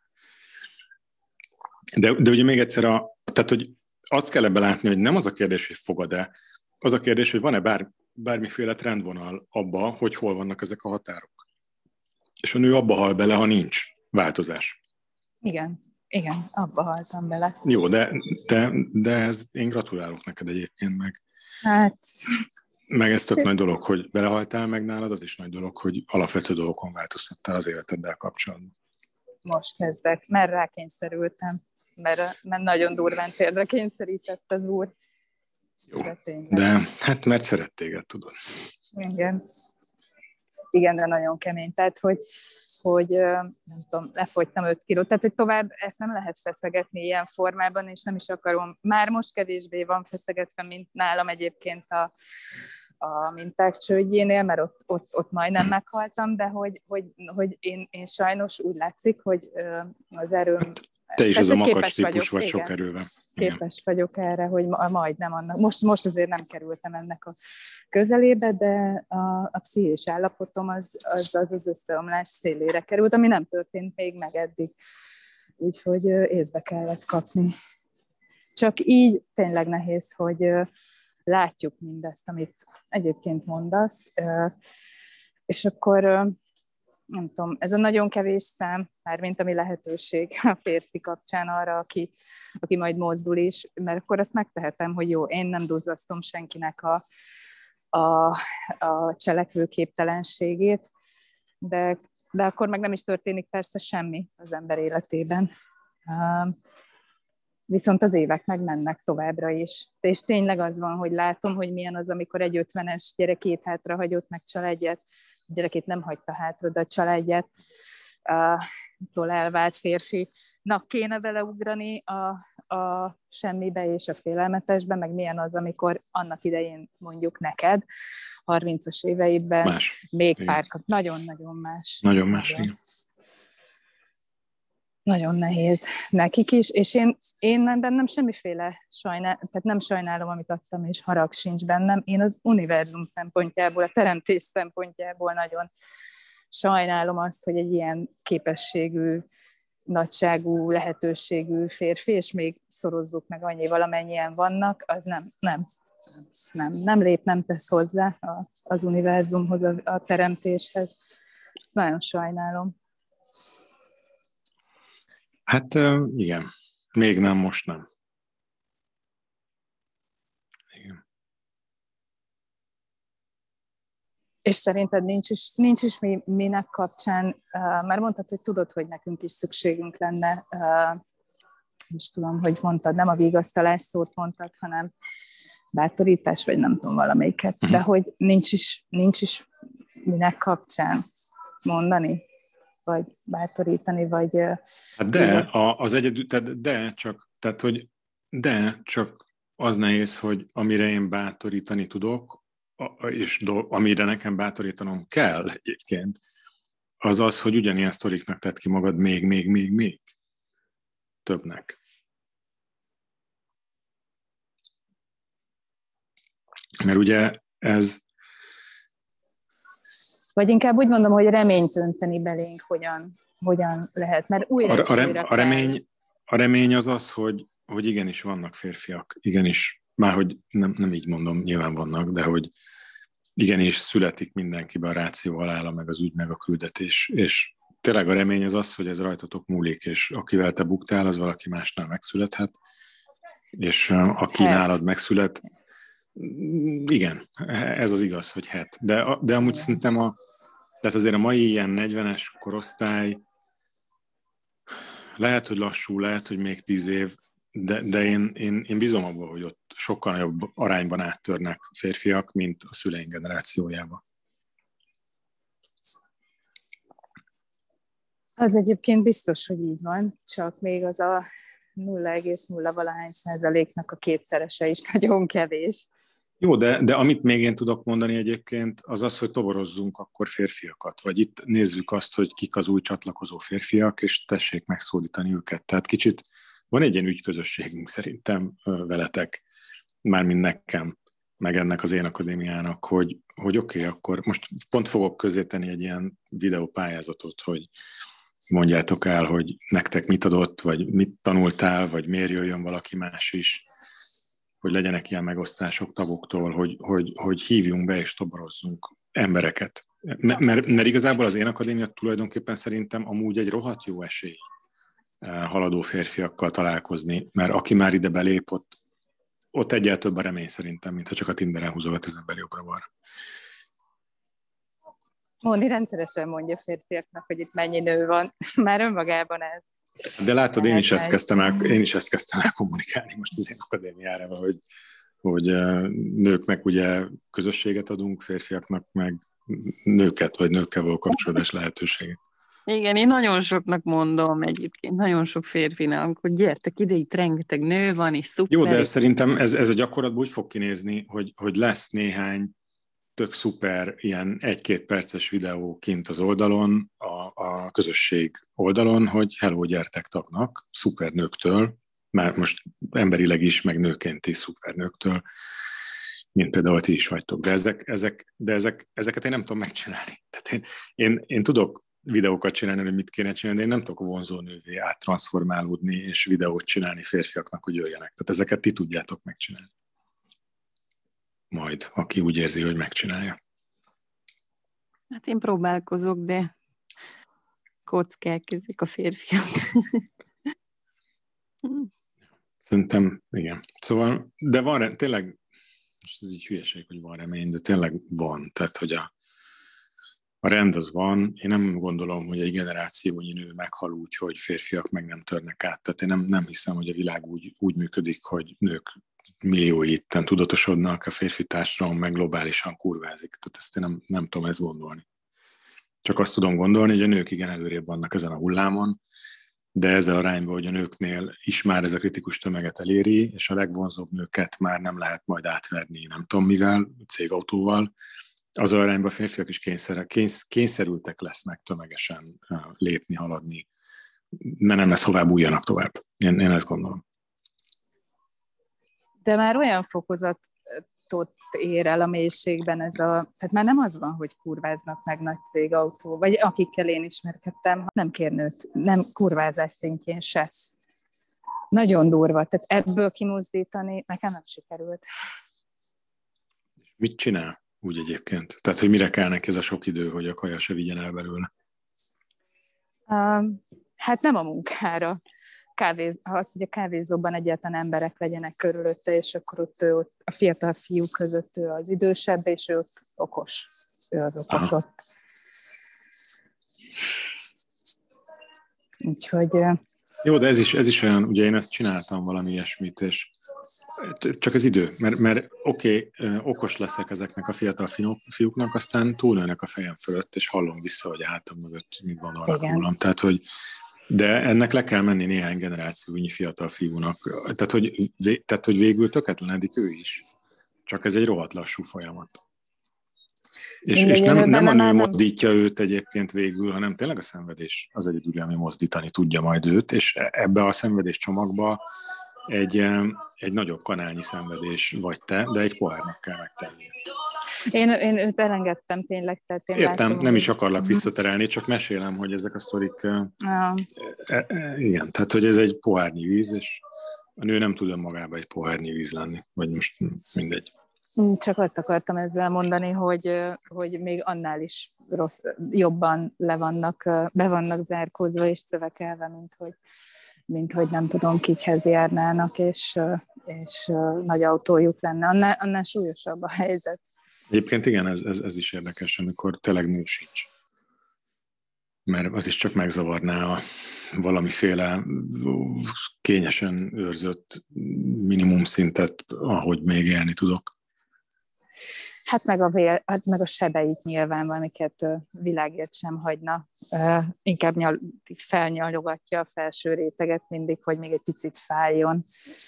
De ugye még egyszer, tehát, hogy azt kell ebbe látni, hogy nem az a kérdés, hogy fogad-e, az a kérdés, hogy van-e bármiféle trendvonal abba, hogy hol vannak ezek a határok. És a nő abba hal bele, ha nincs változás. Igen, abba haltam bele. Jó, de én gratulálok neked egyébként meg. Hát... Meg ez tök nagy dolog, hogy belehaltál meg nálad, az is nagy dolog, hogy alapvető dolgokon változtattál az életeddel kapcsolatban. Most kezdek, mert rákényszerültem, mert nagyon durván térdre kényszerített az úr. Jó, de hát mert szeret téged, tudod. Igen, de nagyon kemény. Tehát, hogy nem tudom, lefogytam 5 kilót. Tehát, hogy tovább ezt nem lehet feszegetni ilyen formában, és nem is akarom. Már most kevésbé van feszegetve, mint nálam egyébként a Minták Csődjénél, mert ott majdnem meghaltam, de hogy én sajnos úgy látszik, hogy az erőm... Te is ez a makacs típus vagyok, vagy igen, sok erővel. Képes vagyok erre, hogy majdnem annak. Most azért nem kerültem ennek a közelébe, de a pszichés állapotom az összeomlás szélére került, ami nem történt még meg eddig. Úgyhogy észbe kellett kapni. Csak így tényleg nehéz, hogy látjuk mindezt, amit egyébként mondasz, és akkor nem tudom, ez a nagyon kevés szám, mármint ami lehetőség a férfi kapcsán arra, aki majd mozdul is, mert akkor azt megtehetem, hogy jó, én nem duzzasztom senkinek a cselekvőképtelenségét, de akkor meg nem is történik persze semmi az ember életében. Viszont az évek meg mennek továbbra is. És tényleg az van, hogy látom, hogy milyen az, amikor egy 50-es gyerekét hátrahagyott, meg családját, a gyerekét nem hagyta hátra, de a családját tól elvált férfinak kéne beleugrani a semmibe és a félelmetesbe, meg milyen az, amikor annak idején mondjuk neked, 30-as éveidben más. Még párkat. Nagyon-nagyon más. Nagyon más, igen. Nagyon nehéz nekik is, és én bennem semmiféle tehát nem sajnálom, amit adtam, és harag sincs bennem. Én az univerzum szempontjából, a teremtés szempontjából nagyon sajnálom azt, hogy egy ilyen képességű, nagyságú, lehetőségű férfi, és még szorozzuk meg annyival, amennyien vannak, az nem lép, nem tesz hozzá az univerzumhoz, a teremtéshez. Nagyon sajnálom. Hát igen, még nem, most nem. Igen. És szerinted nincs is minek kapcsán, már mondtad, hogy tudod, hogy nekünk is szükségünk lenne, és tudom, hogy mondtad, nem a vigasztalás szót mondtad, hanem bátorítás, vagy nem tudom valamelyiket, de hogy nincs is minek kapcsán mondani, vagy bátorítani, vagy... Hát az egyedül, csak az nehéz, hogy amire én bátorítani tudok, és amire nekem bátorítanom kell egyébként, az az, hogy ugyanilyen sztoriknak tedd ki magad még többnek. Mert ugye ez... Vagy inkább úgy mondom, hogy reményt önteni belénk, hogyan lehet, mert újra a remény az, hogy igenis vannak férfiak, igenis, márhogy nem így mondom, nyilván vannak, de hogy igenis születik mindenkiben a ráció halála, meg az ügy, meg a küldetés, és tényleg a remény az, hogy ez rajtatok múlik, és akivel te buktál, az valaki másnál megszülethet, és aki nálad megszület, igen, ez az igaz, hogy de amúgy szerintem tehát azért a mai ilyen 40-es korosztály lehet, hogy lassú, lehet, hogy még 10 év, de én bízom abban, hogy ott sokkal nagyobb arányban áttörnek férfiak, mint a szüleink generációjában. Az egyébként biztos, hogy így van, csak még az a 0,0-valahány% a kétszerese is nagyon kevés. Jó, de amit még én tudok mondani egyébként, az, hogy toborozzunk akkor férfiakat, vagy itt nézzük azt, hogy kik az új csatlakozó férfiak, és tessék megszólítani őket. Tehát kicsit van egy ilyen ügyközösségünk szerintem veletek, mármint nekem, meg ennek az én akadémiának, hogy oké, akkor most pont fogok közzétenni egy ilyen videópályázatot, hogy mondjátok el, hogy nektek mit adott, vagy mit tanultál, vagy miért jöjjön valaki más is, hogy legyenek ilyen megosztások tagoktól, hogy hívjunk be és toborozzunk embereket. Mert igazából az én akadémia tulajdonképpen szerintem amúgy egy rohadt jó esély haladó férfiakkal találkozni, mert aki már ide belép, ott egyel több a remény szerintem, mintha csak a Tinderen húzogat az ember jobbra-balra. Móni rendszeresen mondja férfiaknak, hogy itt mennyi nő van. Már önmagában ez. De látod, én is ezt kezdtem el kommunikálni most az én akadémiára, hogy nőknek ugye közösséget adunk, férfiaknak meg nőket, vagy nőkkel való kapcsolódás lehetőséget. Igen, én nagyon soknak mondom egyébként, nagyon sok férfinak, hogy gyertek ide, itt rengeteg nő van, és szuper. Jó, de szerintem ez a gyakorlatban úgy fog kinézni, hogy lesz néhány tök szuper ilyen 1-2 perces videó kint az oldalon, a közösség oldalon, hogy hello, gyertek tagnak, szuper nőktől, már most emberileg is, meg nőként is szuper nőktől, mint például ti is vagytok. De ezeket én nem tudom megcsinálni. Tehát én tudok videókat csinálni, hogy mit kéne csinálni, de én nem tudok vonzónővé áttranszformálódni és videót csinálni férfiaknak, hogy jöjjenek. Tehát ezeket ti tudjátok megcsinálni. Majd, aki úgy érzi, hogy megcsinálja. Hát én próbálkozok, de kockák ezek a férfiak. Szerintem, igen. Szóval, de van tényleg, most ez így hülyeség, hogy van remény, de tényleg van. Tehát, hogy a rend az van. Én nem gondolom, hogy egy generációnyi nő meghal úgy, hogy férfiak meg nem törnek át. Tehát én nem hiszem, hogy a világ úgy működik, hogy nők milliói itten tudatosodnak, a férfi társadalom meg globálisan kurvázik. Tehát ezt én nem tudom ezt gondolni. Csak azt tudom gondolni, hogy a nők igen előrébb vannak ezen a hullámon, de ezzel arányban, hogy a nőknél is már ez a kritikus tömeget eléri, és a legvonzóbb nőket már nem lehet majd átverni, nem tudom mivel, cégautóval, az arányban a férfiak is kényszerültek lesznek tömegesen lépni, haladni, mert nem lesz hová bújjanak tovább. Én ezt gondolom. De már olyan fokozatot ér el a mélységben tehát már nem az van, hogy kurváznak meg nagy cégautó, vagy akikkel én ismerkedtem, nem kér nőt, nem kurvázás szintjén se. Nagyon durva, tehát ebből kimozdítani nekem nem sikerült. Mit csinál úgy egyébként? Tehát, hogy mire kell neki ez a sok idő, hogy a kaja se vigyen el belőle? Hát nem a munkára. Az, hogy a kávézóban egyáltalán emberek legyenek körülötte, és akkor ott a fiatal fiúk között ő az idősebb, és ő ott okos. Ő az okos ott. Úgyhogy... Jó, de ez is olyan, ugye én ezt csináltam valami ilyesmit, és csak az idő, mert oké, okos leszek ezeknek a fiatal fiúknak, aztán túlnőnek a fejem fölött, és hallom vissza, hogy a hátam mögött mit gondolnak rólam. Tehát, hogy de ennek le kell menni néhány generációnyi fiatal fiúnak. Tehát, hogy végül tökéletlenedik ő is. Csak ez egy rohadt lassú folyamat. És nem a nő mozdítja őt egyébként végül, hanem tényleg a szenvedés az egyedül, ami mozdítani tudja majd őt, és ebbe a szenvedés csomagba egy nagyobb kanálnyi szenvedés vagy te, de egy pohárnak kell megtenni. Én őt elengedtem tényleg. Tehát értem, látom, nem is akarlak visszaterelni, csak mesélem, hogy ezek a sztorik... Igen, tehát hogy ez egy pohárnyi víz, és a nő nem tud önmagában egy pohárnyi víz lenni, vagy most mindegy. Csak azt akartam ezzel mondani, hogy még annál is jobban be vannak zárkózva és szövekelve, mint hogy nem tudom, kikhez járnának, és nagy autójuk lenne. Annál súlyosabb a helyzet. Egyébként igen, ez is érdekes, amikor tényleg nő sincs. Mert az is csak megzavarná a valamiféle kényesen őrzött minimum szintet, ahogy még élni tudok. Hát meg a sebeit nyilván, amiket világért sem hagyna. Inkább felnyalogatja a felső réteget mindig, hogy még egy picit fájjon.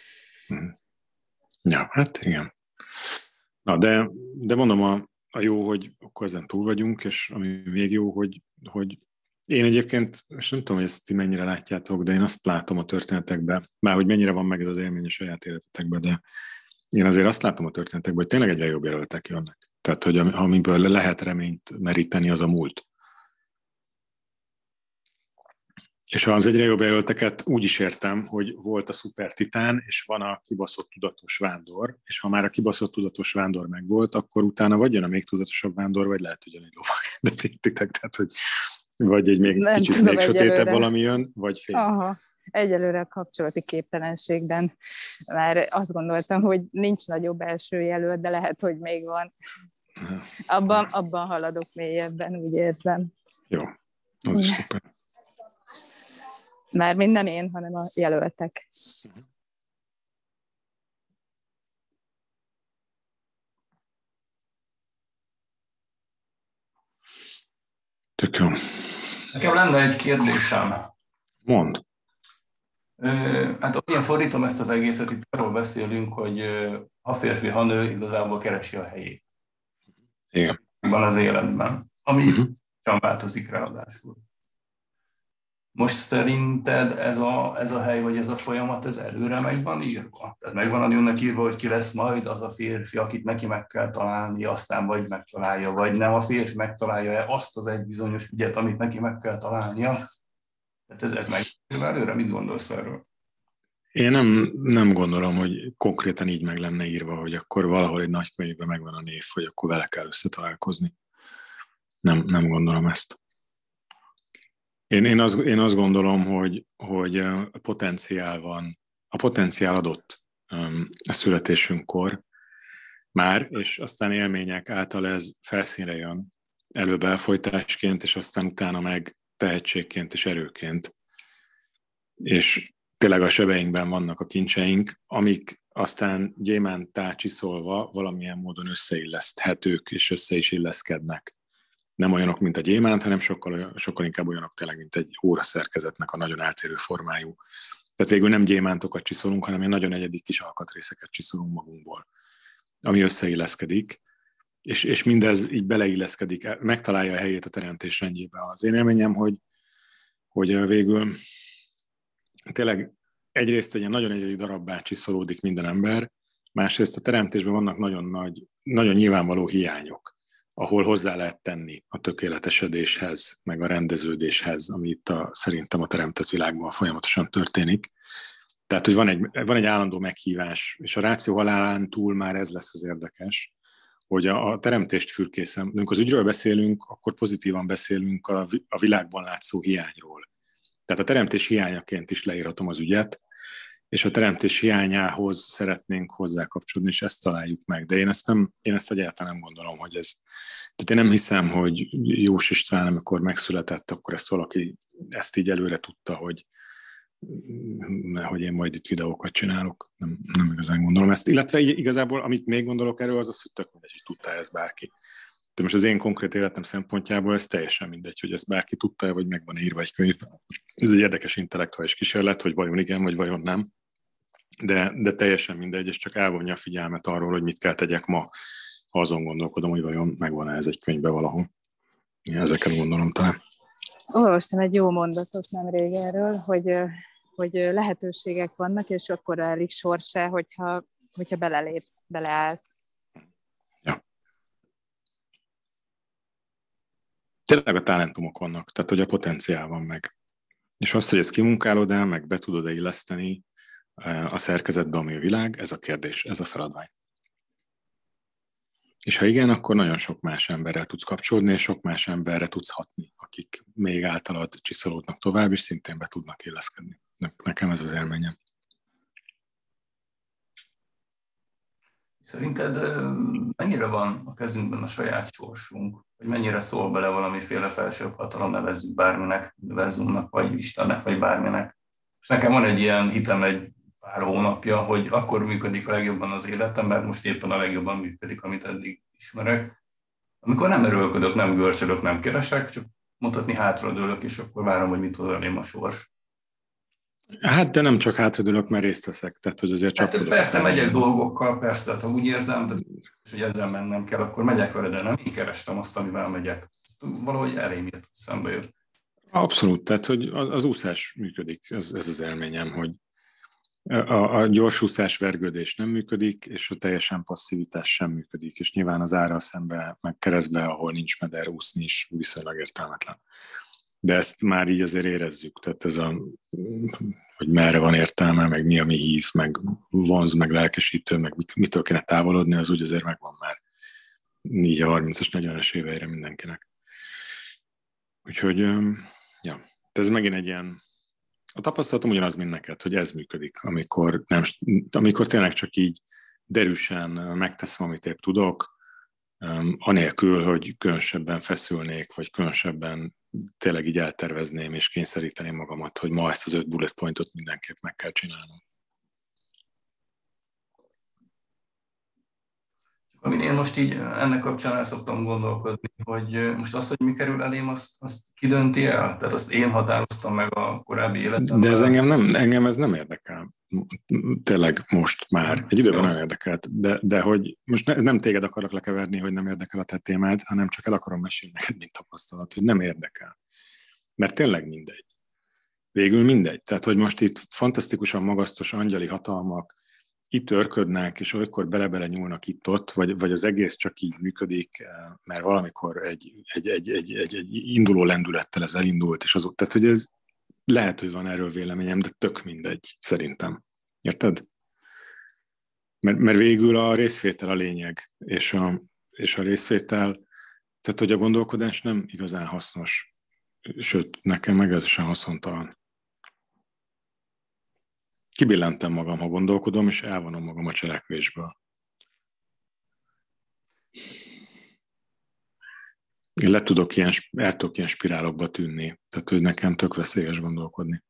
Ja, hát igen. Na, de mondom, a jó, hogy akkor ezen túl vagyunk, és ami még jó, hogy én egyébként, és nem tudom, hogy ezt ti mennyire látjátok, de én azt látom a történetekben, már hogy mennyire van meg ez az élmény a saját életetekben, de én azért azt látom a történetekben, hogy tényleg egyre jobb jelöltek jönnek. Tehát, hogy amiből lehet reményt meríteni, az a múlt. És az egyre jobb jelölteket úgy is értem, hogy volt a szuper titán, és van a kibaszott tudatos vándor, és ha már a kibaszott tudatos vándor megvolt, akkor utána vagy jön a még tudatosabb vándor, vagy lehet, hogy jön egy lovag. De titek, tehát, hogy vagy egy még kicsit még sötétebb valami jön, vagy fél. Aha. Egyelőre a kapcsolati képtelenségben már azt gondoltam, hogy nincs nagyobb első jelölt, de lehet, hogy még van. Abban haladok mélyebben, úgy érzem. Jó, az is szuper. Mármint nem én, hanem a jelöltek. Tök jó. Nekem lenne egy kérdésem. Mondd. Hát olyan fordítom ezt az egészet, itt arról beszélünk, hogy ha férfi, ha nő, igazából keresi a helyét. Igen. Van az életben, ami sem változik ráadásul. Most szerinted ez a hely, vagy ez a folyamat, ez előre meg van írva? Tehát meg van annak írva, hogy ki lesz majd az a férfi, akit neki meg kell találni, aztán vagy megtalálja, vagy nem a férfi megtalálja-e azt az egy bizonyos ügyet, amit neki meg kell találnia? Tehát ez meg előre, mit gondolsz erről? Én nem gondolom, hogy konkrétan így meg lenne írva, hogy akkor valahol egy nagy könyvben megvan a név, hogy akkor vele kell összetalálkozni. Nem gondolom ezt. Én azt gondolom, hogy a potenciál van, a potenciál adott a születésünkkor már, és aztán élmények által ez felszínre jön, előbb elfojtásként, és aztán utána meg tehetségként és erőként. És tényleg a sebeinkben vannak a kincseink, amik aztán gyémánttá csiszolva valamilyen módon összeilleszthetők, és össze is illeszkednek. Nem olyanok, mint a gyémánt, hanem sokkal inkább olyanok tényleg, mint egy óraszerkezetnek a nagyon eltérő formájú. Tehát végül nem gyémántokat csiszolunk, hanem egy nagyon egyedi kis alkatrészeket csiszolunk magunkból, ami összeilleszkedik, és mindez így beleilleszkedik, megtalálja a helyét a teremtés rendjébe. Az én élményem, hogy végül tényleg egyrészt egy ilyen nagyon egyedi darabbá csiszolódik minden ember, másrészt a teremtésben vannak nagyon nyilvánvaló hiányok, ahol hozzá lehet tenni a tökéletesedéshez, meg a rendeződéshez, ami itt szerintem a teremtett világban folyamatosan történik. Tehát, hogy van egy állandó meghívás, és a ráció halálán túl már ez lesz az érdekes, hogy a teremtést fürkészem, amikor az ügyről beszélünk, akkor pozitívan beszélünk a világban látszó hiányról. Tehát a teremtés hiányaként is leírhatom az ügyet, és a teremtés hiányához szeretnénk hozzákapcsolódni, és ezt találjuk meg. De én ezt egyáltalán nem gondolom, hogy ez... Tehát én nem hiszem, hogy Jós István, amikor megszületett, akkor ezt valaki ezt így előre tudta, hogy én majd itt videókat csinálok. Nem igazán gondolom ezt. Illetve igazából, amit még gondolok erről, az hogy tök mindegy, hogy tudta ezt bárki. De most az én konkrét életem szempontjából ez teljesen mindegy, hogy ezt bárki tudta, vagy meg van írva egy könyvben. Ez egy érdekes intellektuális kísérlet, hogy vajon igen, vagy vajon nem. De teljesen mindegy, és csak elvonja a figyelmet arról, hogy mit kell tegyek ma, ha azon gondolkodom, hogy vajon megvan-e ez egy könyvben valahol. Én ezeket gondolom talán. Olvastam egy jó mondatot nemrég erről, hogy lehetőségek vannak, és akkor elég sorse, hogyha belelépsz, beleállsz. Ja. Tényleg a talentumok vannak, tehát hogy a potenciál van meg. És azt, hogy ezt kimunkálod el, meg be tudod-e illeszteni a szerkezetbe, ami a világ, ez a kérdés, ez a feladvány. És ha igen, akkor nagyon sok más emberrel tudsz kapcsolódni, és sok más emberre tudsz hatni, akik még általad csiszolódnak tovább, és szintén be tudnak illeszkedni. Nekem ez az élményem. Szerinted mennyire van a kezünkben a saját sorsunk? Hogy mennyire szól bele valamiféle felsőbb hatalom, nevezzük bárminek, univerzumnak, vagy Istennek, vagy bárminek? És nekem van egy ilyen hitem egy pár hónapja, hogy akkor működik a legjobban az életem, mert most éppen a legjobban működik, amit eddig ismerek. Amikor nem erőlködök, nem görcsölök, nem keresek, csak mutatni hátradőlök, és akkor várom, hogy mit hoz elém a sors. Hát, de nem csak hátradőlök, mert részt veszek. Tehát, hogy azért csak... Hát, persze megyek dolgokkal, persze, tehát ha úgy érzem, hogy ezzel mennem kell, akkor megyek vele, de nem én kerestem azt, amivel megyek. Ezt valahogy elém jött, szembe jött. Abszolút, tehát hogy az úszás működik, ez az élményem, hogy a gyors úszás, vergődés nem működik, és a teljesen passzivitás sem működik, és nyilván az árral szembe, meg keresztbe, ahol nincs meder, úszni is viszonylag értelmetlen. De ezt már így azért érezzük, tehát ez hogy merre van értelme, meg mi, ami hív, meg vonz, meg lelkesítő, meg mitől kéne távolodni, az úgy azért megvan már így a 30-as, 40-es éveire mindenkinek. Úgyhogy, ja, ez megint egy ilyen, a tapasztalatom ugyanaz, mint neked, hogy ez működik, amikor tényleg csak így derűsen megteszem, amit épp tudok, anélkül, hogy különösebben feszülnék, vagy különösebben tényleg így eltervezném és kényszeríteném magamat, hogy ma ezt az 5 bullet pointot mindenképp meg kell csinálnom. Amin én most így ennek kapcsán el szoktam gondolkodni, hogy most az, hogy mi kerül elém, azt ki dönti el? Tehát azt én határoztam meg a korábbi életemben. De ez engem ez nem érdekel. tényleg most már. Egy időben nagyon érdekelt, de hogy most nem téged akarok lekeverni, hogy nem érdekel a te témád, hanem csak el akarom mesélni neked, mint tapasztalat, hogy nem érdekel. Mert tényleg mindegy. Végül mindegy. Tehát, hogy most itt fantasztikusan magasztos angyali hatalmak itt örködnek, és olykor bele-bele nyúlnak itt-ott, vagy az egész csak így működik, mert valamikor egy induló lendülettel ez elindult, és azok, tehát, hogy ez lehet, hogy van erről véleményem, de tök mindegy, szerintem. Érted? Mert végül a részvétel a lényeg, és a részvétel, tehát, hogy a gondolkodás nem igazán hasznos, sőt, nekem meglehetősen haszontalan. Kibillentem magam, ha gondolkodom, és elvonom magam a cselekvésből. Én el tudok ilyen spirálokba tűnni, tehát, hogy nekem tök veszélyes gondolkodni.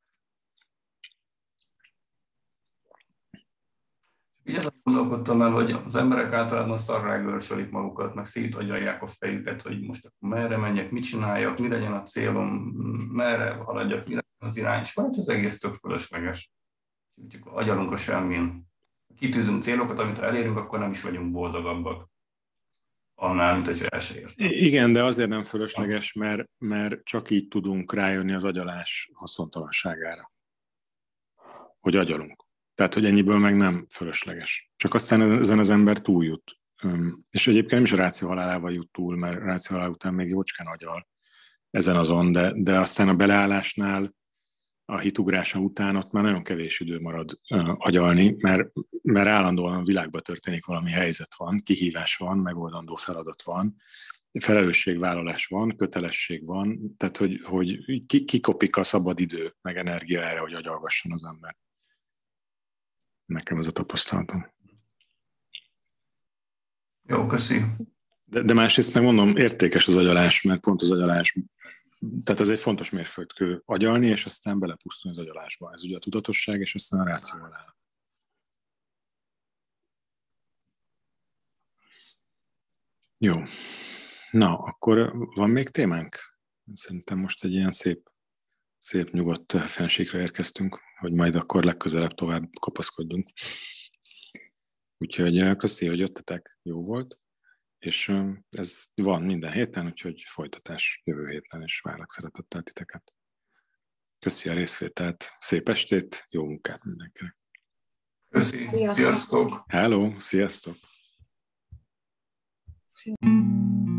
Így ezt gondolkodtam el, hogy az emberek általában szarrá görcsölik magukat, meg szétagyalják a fejüket, hogy most akkor merre menjek, mit csináljak, mi legyen a célom, merre haladjak, mi legyen az irány, és valahogy az egész tök fölösleges. Csak agyalunk a semmin. Kitűzünk célokat, amit ha elérünk, akkor nem is vagyunk boldogabbak. Annál, mint hogyha el se értem. Igen, de azért nem fölösleges, mert csak így tudunk rájönni az agyalás haszontalanságára. Hogy agyalunk. Tehát, hogy ennyiből meg nem fölösleges. Csak aztán ezen az ember túljut. És egyébként nem is a ráció halálával jut túl, mert ráció halál után még jócskán agyal ezen azon, de aztán a beleállásnál, a hitugrása után ott már nagyon kevés idő marad agyalni, mert állandóan a világban történik valami helyzet van, kihívás van, megoldandó feladat van, felelősségvállalás van, kötelesség van, tehát hogy kikopik a szabad idő, meg energia erre, hogy agyalgasson az ember. Nekem ez a tapasztalatom. Jó, köszi. De másrészt megmondom, értékes az agyalás, mert pont az agyalás, tehát ez egy fontos mérföldkő, agyalni, és aztán belepusztulni az agyalásba. Ez ugye a tudatosság, és aztán a rációval áll. Jó. Na, akkor van még témánk? Szerintem most egy ilyen szép nyugodt fensíkra érkeztünk, hogy majd akkor legközelebb tovább kapaszkodjunk. Úgyhogy köszi, hogy jöttetek, jó volt, és ez van minden héten, úgyhogy folytatás jövő héten, és várlak szeretettel titeket. Köszi a részvételt, szép estét, jó munkát mindenkinek. Köszi, sziasztok! Hello, sziasztok! Sziasztok.